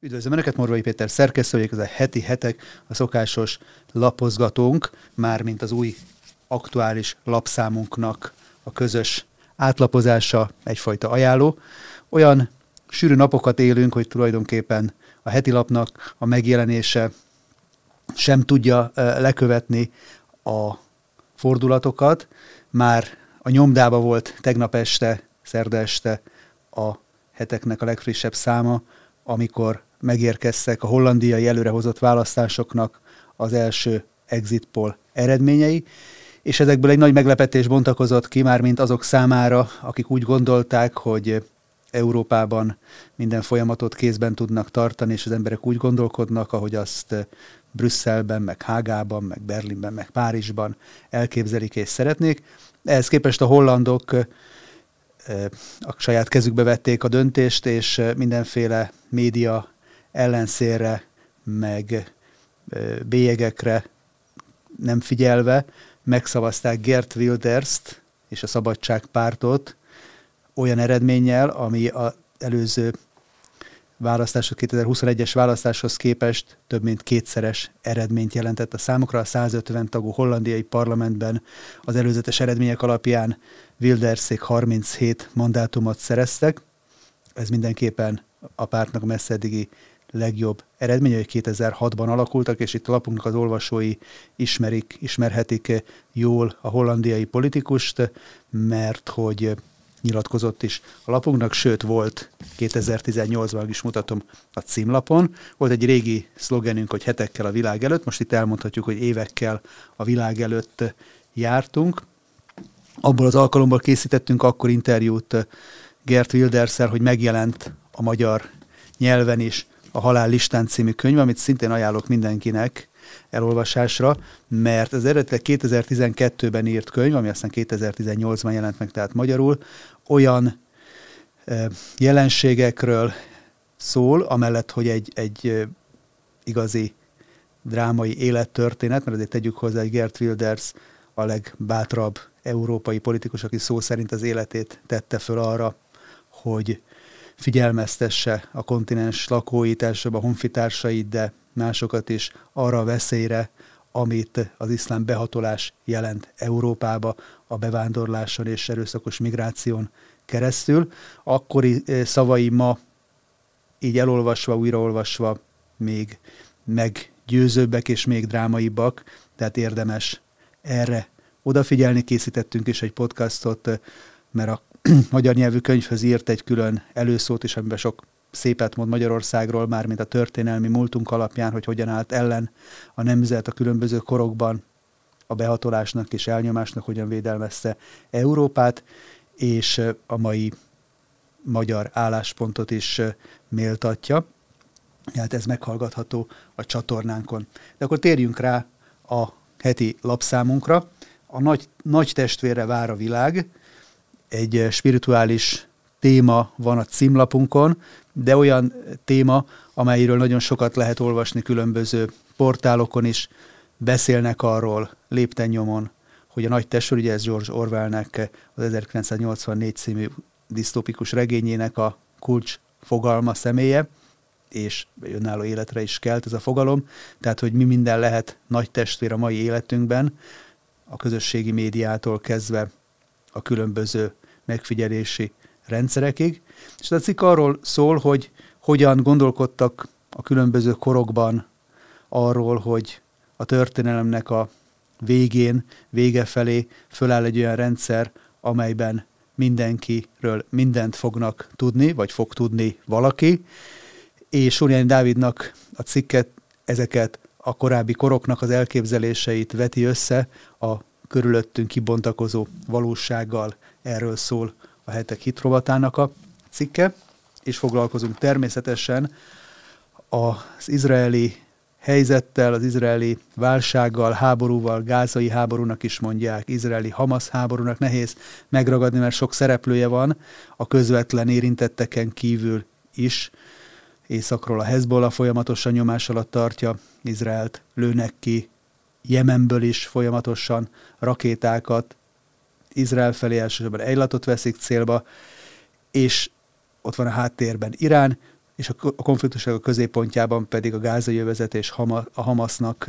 Üdvözlöm Önöket, Morvai Péter szerkesztő vagyok, ez a heti hetek, a szokásos lapozgatónk, mármint az új aktuális lapszámunknak a közös átlapozása, egyfajta ajánló. Olyan sűrű napokat élünk, hogy tulajdonképpen a heti lapnak a megjelenése sem tudja lekövetni a fordulatokat. Már a nyomdába volt tegnap este, szerda este a heteknek a legfrissebb száma, amikor megérkeztek a hollandiai előrehozott választásoknak az első exit poll eredményei, és ezekből egy nagy meglepetés bontakozott ki, mármint azok számára, akik úgy gondolták, hogy Európában minden folyamatot kézben tudnak tartani, és az emberek úgy gondolkodnak, ahogy azt Brüsszelben, meg Hágában, meg Berlinben, meg Párizsban elképzelik és szeretnék. Ehhez képest a hollandok a saját kezükbe vették a döntést, és mindenféle média ellenszélre, meg bélyegekre nem figyelve megszavazták Geert Wilderst és a Szabadságpártot olyan eredménnyel, ami az előző választások, 2021-es választáshoz képest több mint kétszeres eredményt jelentett a számukra. A 150 tagú hollandiai parlamentben az előzetes eredmények alapján Wildersék 37 mandátumot szereztek. Ez mindenképpen a pártnak a messze eddigi legjobb eredménye, hogy 2006-ban alakultak, és itt a lapunknak az olvasói ismerhetik jól a hollandiai politikust, mert hogy nyilatkozott is a lapunknak, sőt volt 2018-ban, is mutatom a címlapon. Volt egy régi szlogenünk, hogy hetekkel a világ előtt, most itt elmondhatjuk, hogy évekkel a világ előtt jártunk. Abból az alkalomból készítettünk akkor interjút Geert Wilderssel, hogy megjelent a magyar nyelven is a Halál listán című könyv, amit szintén ajánlok mindenkinek elolvasásra, mert az eredetileg 2012-ben írt könyv, ami aztán 2018-ban jelent meg, tehát magyarul, olyan jelenségekről szól, amellett, hogy egy igazi drámai élettörténet, mert azért tegyük hozzá, hogy Geert Wilders a legbátrabb európai politikus, aki szó szerint az életét tette föl arra, hogy figyelmeztesse a kontinens lakóit, elsőbb a honfitársait, de másokat is arra a veszélyre, amit az iszlám behatolás jelent Európába a bevándorláson és erőszakos migráción keresztül. Akkori szavai ma így elolvasva, újraolvasva még meggyőzőbbek és még drámaibbak, tehát érdemes erre odafigyelni. Készítettünk is egy podcastot, mert a magyar nyelvű könyvhöz írt egy külön előszót is, amiben sok szépet mond Magyarországról, mármint a történelmi múltunk alapján, hogy hogyan állt ellen a nemzet a különböző korokban a behatolásnak és elnyomásnak, hogyan védelmezte Európát, és a mai magyar álláspontot is méltatja. Hát ez meghallgatható a csatornánkon. De akkor térjünk rá a heti lapszámunkra. A nagy testvérre vár a világ. Egy spirituális téma van a címlapunkon, de olyan téma, amelyről nagyon sokat lehet olvasni különböző portálokon is, beszélnek arról lépten-nyomon, hogy a nagy testvér, ugye ez George Orwellnek az 1984 című disztópikus regényének a kulcs fogalma, személye, és önálló életre is kelt ez a fogalom, tehát hogy mi minden lehet nagy testvér a mai életünkben, a közösségi médiától kezdve a különböző megfigyelési rendszerekig. És a cikk arról szól, hogy hogyan gondolkodtak a különböző korokban arról, hogy a történelemnek a vége felé föláll egy olyan rendszer, amelyben mindenkiről mindent fognak tudni, vagy fog tudni valaki, és Surjányi Dávidnak a cikket ezeket a korábbi koroknak az elképzeléseit veti össze a körülöttünk kibontakozó valósággal. Erről szól a hetek hitrovatának a cikke, és foglalkozunk természetesen az izraeli helyzettel, az izraeli válsággal, háborúval, gázai háborúnak is mondják, izraeli Hamasz háborúnak, nehéz megragadni, mert sok szereplője van, a közvetlen érintetteken kívül is. Északról a Hezbollah folyamatosan nyomás alatt tartja Izraelt, lőnek ki Jemenből is folyamatosan rakétákat, Izrael felé elsősorban Eilatot veszik célba, és ott van a háttérben Irán, és a konfliktusnak a középpontjában pedig a gázai övezet és a Hamasnak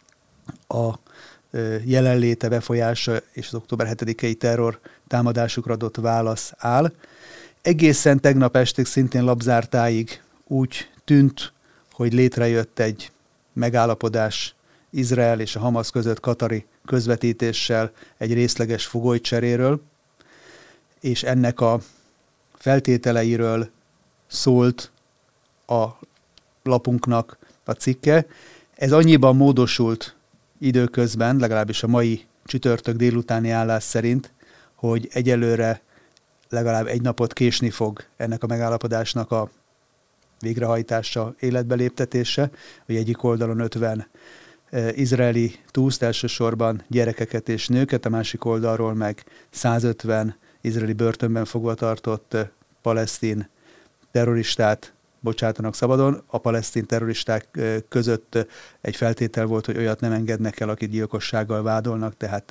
a jelenléte, befolyása és az október 7-i terror támadásukra adott válasz áll. Egészen tegnap estig, szintén lapzártáig úgy tűnt, hogy létrejött egy megállapodás Izrael és a Hamasz között katari közvetítéssel egy részleges fogolycseréről, és ennek a feltételeiről szólt a lapunknak a cikke. Ez annyiban módosult időközben, legalábbis a mai csütörtök délutáni állás szerint, hogy egyelőre legalább egy napot késni fog ennek a megállapodásnak a végrehajtása, életbe léptetése, hogy egyik oldalon 50 izraeli túszt, elsősorban gyerekeket és nőket, a másik oldalról meg 150 izraeli börtönben fogva tartott palesztin terroristát bocsátanak szabadon. A palesztin terroristák között egy feltétel volt, hogy olyat nem engednek el, akit gyilkossággal vádolnak, tehát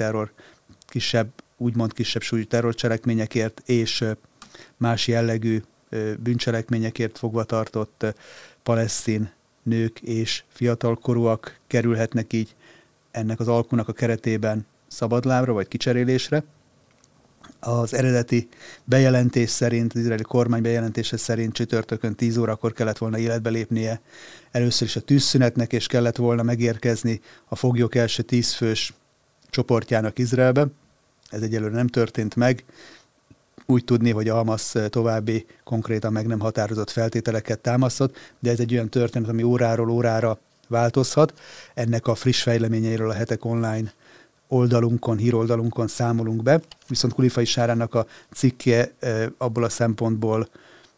úgymond kisebb súlyú terrorcselekményekért és más jellegű bűncselekményekért fogva tartott palesztin nők és fiatalkorúak kerülhetnek így ennek az alkunak a keretében szabadlábra vagy kicserélésre. Az eredeti bejelentés szerint, az izraeli kormány bejelentése szerint csütörtökön 10 órakor kellett volna életbe lépnie először is a tűzszünetnek, és kellett volna megérkezni a foglyok első 10 fős csoportjának Izraelbe. Ez egyelőre nem történt meg. Úgy tudni, hogy a Hamas további konkrétan meg nem határozott feltételeket támasztott, de ez egy olyan történet, ami óráról órára változhat. Ennek a friss fejleményeiről a Hetek online oldalunkon, híroldalunkon számolunk be. Viszont Kulifai Sárának a cikke abból a szempontból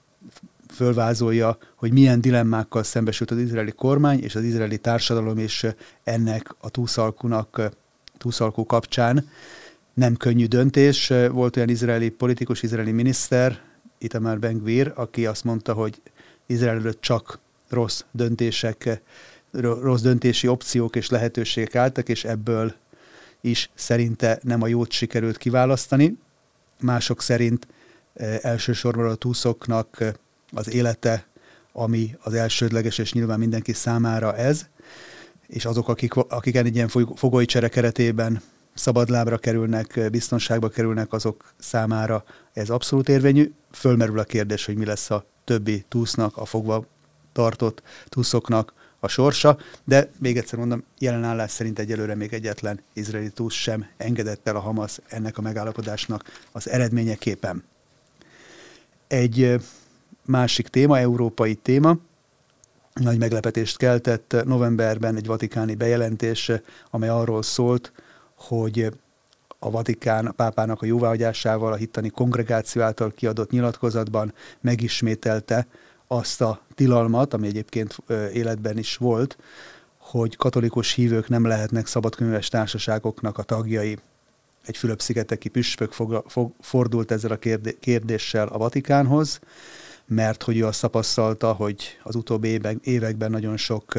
fölvázolja, hogy milyen dilemmákkal szembesült az izraeli kormány és az izraeli társadalom és ennek a túszalkú kapcsán. Nem könnyű döntés. Volt olyan izraeli politikus, izraeli miniszter, Itamar Ben-Gvir, aki azt mondta, hogy Izrael előtt csak rossz döntési opciók és lehetőségek álltak, és ebből is szerinte nem a jót sikerült kiválasztani. Mások szerint elsősorban a túszoknak az élete, ami az elsődleges, és nyilván mindenki számára ez, és azok, akik egy ilyen fogolycsere keretében szabadlábra kerülnek, biztonságba kerülnek, azok számára ez abszolút érvényű. Fölmerül a kérdés, hogy mi lesz a többi túsznak, a fogva tartott túszoknak a sorsa, de még egyszer mondom, jelen állás szerint egyelőre még egyetlen izraeli túsz sem engedett el a Hamas ennek a megállapodásnak az eredményeképpen. Egy másik téma, európai téma, nagy meglepetést keltett novemberben egy vatikáni bejelentés, amely arról szólt, hogy a Vatikán a pápának a jóváhagyásával a hittani kongregáció által kiadott nyilatkozatban megismételte azt a tilalmat, ami egyébként életben is volt, hogy katolikus hívők nem lehetnek szabadkönyves társaságoknak a tagjai. Egy Fülöp-szigeteki püspök fordult ezzel a kérdéssel a Vatikánhoz, mert hogy ő azt tapasztalta, hogy az utóbbi években nagyon sok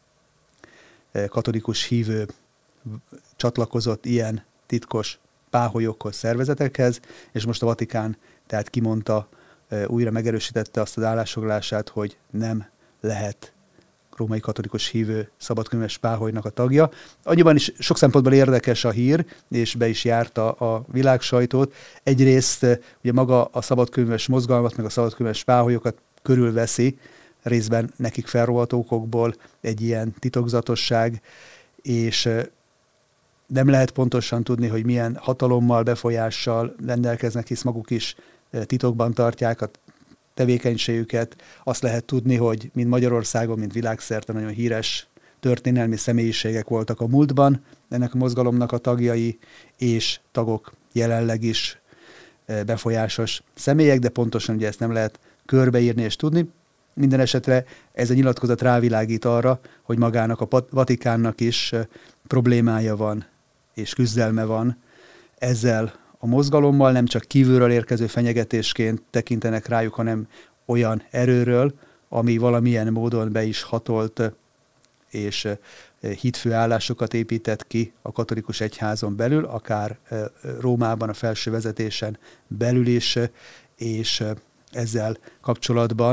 katolikus hívő csatlakozott ilyen titkos páholyokhoz, szervezetekhez, és most a Vatikán tehát kimondta, újra megerősítette azt az állásfoglalását, hogy nem lehet római katolikus hívő szabadkönyves páholynak a tagja. Annyiban is sok szempontból érdekes a hír, és be is járta a világsajtót. Egyrészt ugye maga a szabadkönyves mozgalmat, meg a szabadkönyves páholyokat körülveszi, részben nekik felroható okokból egy ilyen titokzatosság, és nem lehet pontosan tudni, hogy milyen hatalommal, befolyással rendelkeznek, hisz maguk is titokban tartják a tevékenységüket. Azt lehet tudni, hogy mind Magyarországon, mind világszerte nagyon híres történelmi személyiségek voltak a múltban ennek a mozgalomnak a tagjai, és tagok jelenleg is befolyásos személyek, de pontosan ugye ezt nem lehet körbeírni és tudni. Minden esetre ez a nyilatkozat rávilágít arra, hogy magának a Vatikánnak is problémája van, és küzdelme van ezzel a mozgalommal, nem csak kívülről érkező fenyegetésként tekintenek rájuk, hanem olyan erőről, ami valamilyen módon be is hatolt, és hitfő állásokat épített ki a katolikus egyházon belül, akár Rómában a felső vezetésen belül is, és ezzel kapcsolatban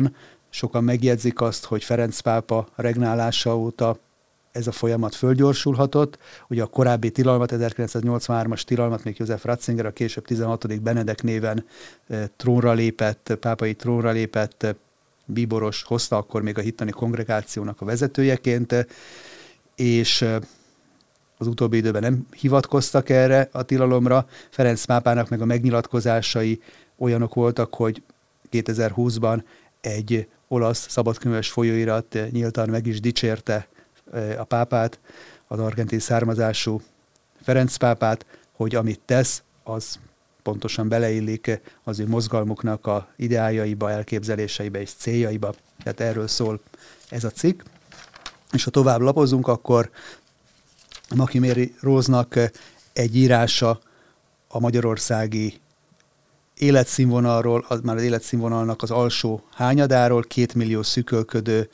Sokan megjegyzik azt, hogy Ferenc pápa regnálása óta ez a folyamat fölgyorsulhatott. Ugye a korábbi tilalmat, 1983-as tilalmat még József Ratzinger, a később 16. Benedek néven pápai trónra lépett bíboros hozta, akkor még a hittani kongregációnak a vezetőjeként, és az utóbbi időben nem hivatkoztak erre a tilalomra. Ferenc pápának meg a megnyilatkozásai olyanok voltak, hogy 2020-ban egy olasz szabadkönyves folyóirat nyíltan meg is dicsérte a pápát, az argentin származású Ferenc pápát, hogy amit tesz, az pontosan beleillik az ő mozgalmuknak a ideájaiba, elképzeléseibe és céljaiba. Tehát erről szól ez a cikk. És ha tovább lapozunk, akkor Maki Mary Rose-nak egy írása a magyarországi életszínvonalról, már az életszínvonalnak az alsó hányadáról, 2 millió szűkölködőre,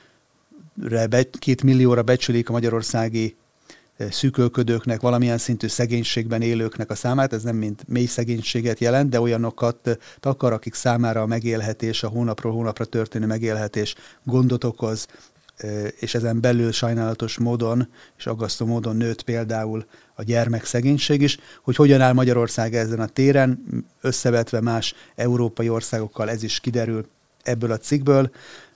2 millióra becsülik a magyarországi szűkölködőknek, valamilyen szintű szegénységben élőknek a számát. Ez nem mint mély szegénységet jelent, de olyanokat takar, akik számára a megélhetés, a hónapról hónapra történő megélhetés gondot okoz, és ezen belül sajnálatos módon és aggasztó módon nőtt például a gyermekszegénység is. Hogy hogyan áll Magyarország ezen a téren, összevetve más európai országokkal, ez is kiderül ebből a cikkből,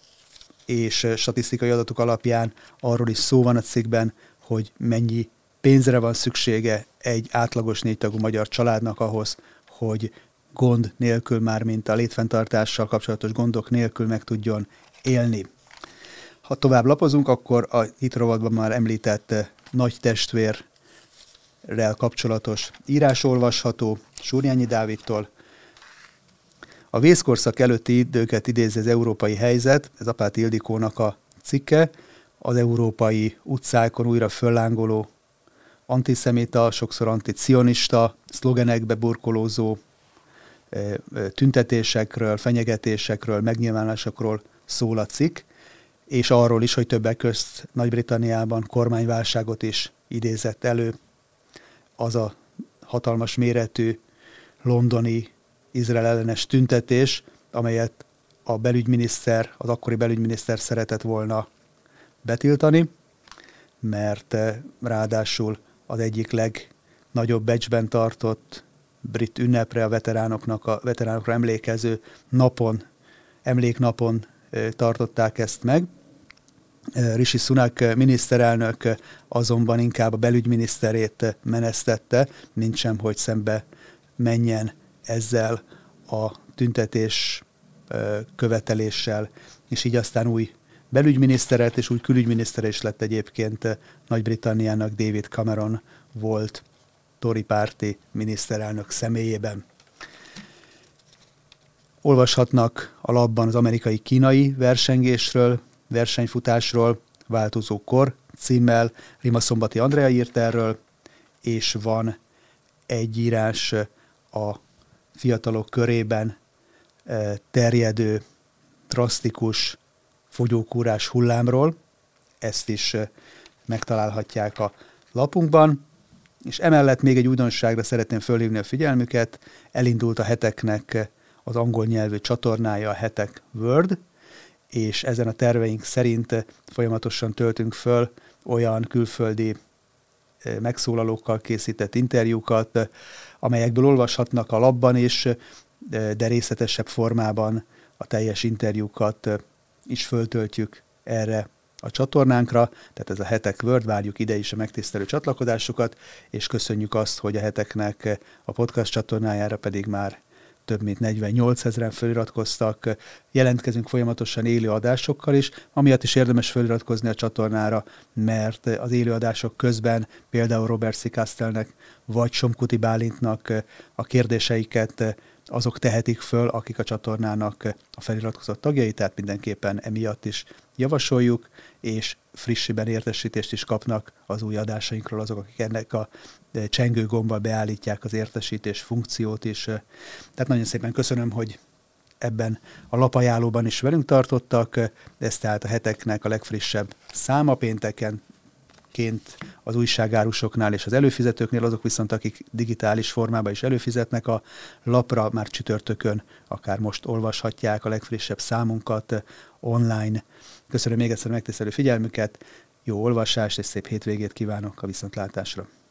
és statisztikai adatok alapján arról is szó van a cikkben, hogy mennyi pénzre van szüksége egy átlagos 4 tagú magyar családnak ahhoz, hogy gond nélkül, már mint a létfenntartással kapcsolatos gondok nélkül meg tudjon élni. Ha tovább lapozunk, akkor a hitrovatban már említett nagy testvérrel kapcsolatos írás olvasható Súrjányi Dávidtól. A vészkorszak előtti időket idézi az Európai Helyzet, ez Apáti Ildikónak a cikke, az európai utcákon újra föllángoló antiszemita, sokszor anticionista, szlogenekbe burkolózó tüntetésekről, fenyegetésekről, megnyilvánulásokról szól a cikk, és arról is, hogy többek közt Nagy-Britanniában kormányválságot is idézett elő. Az a hatalmas méretű londoni Izrael ellenes tüntetés, amelyet a belügyminiszter, az akkori belügyminiszter szeretett volna betiltani, mert ráadásul az egyik legnagyobb becsben tartott brit ünnepre, a veteránokra emlékező emléknapon tartották ezt meg. Rishi Sunak miniszterelnök azonban inkább a belügyminiszterét menesztette, mint sem, hogy szembe menjen ezzel a tüntetés követeléssel, és így aztán új belügyminiszteret és új külügyminiszter is lett egyébként Nagy-Britanniának. David Cameron volt Tory párti miniszterelnök személyében. Olvashatnak a lapban az amerikai-kínai versenyfutásról, Változó kor címmel, Rimaszombati Andrea írt erről, és van egy írás a fiatalok körében terjedő, drasztikus fogyókúrás hullámról. Ezt is megtalálhatják a lapunkban. És emellett még egy újdonságra szeretném fölhívni a figyelmüket. Elindult a Heteknek az angol nyelvű csatornája, a Hetek World, és ezen a terveink szerint folyamatosan töltünk föl olyan külföldi megszólalókkal készített interjúkat, amelyekből olvashatnak a lapban is, de részletesebb formában a teljes interjúkat is föltöltjük erre a csatornánkra, tehát ez a Hetek World, várjuk ide is a megtisztelő csatlakozásukat, és köszönjük azt, hogy a Heteknek a podcast csatornájára pedig már több mint 48 000-en feliratkoztak. Jelentkezünk folyamatosan élő adásokkal is, amiatt is érdemes feliratkozni a csatornára, mert az élő adások közben például Robert C. Castelnek vagy Somkuti Bálintnak a kérdéseiket azok tehetik föl, akik a csatornának a feliratkozott tagjai, tehát mindenképpen emiatt is javasoljuk, és frissiben értesítést is kapnak az új adásainkról azok, akik ennek a csengő gombbal beállítják az értesítés funkciót is. Tehát nagyon szépen köszönöm, hogy ebben a lapajánlóban is velünk tartottak. Ez tehát a Heteknek a legfrissebb száma pénteken egyébként az újságárusoknál és az előfizetőknél, azok viszont, akik digitális formában is előfizetnek a lapra, már csütörtökön, akár most olvashatják a legfrissebb számunkat online. Köszönöm még egyszer megtisztelő figyelmüket, jó olvasást és szép hétvégét kívánok a viszontlátásra.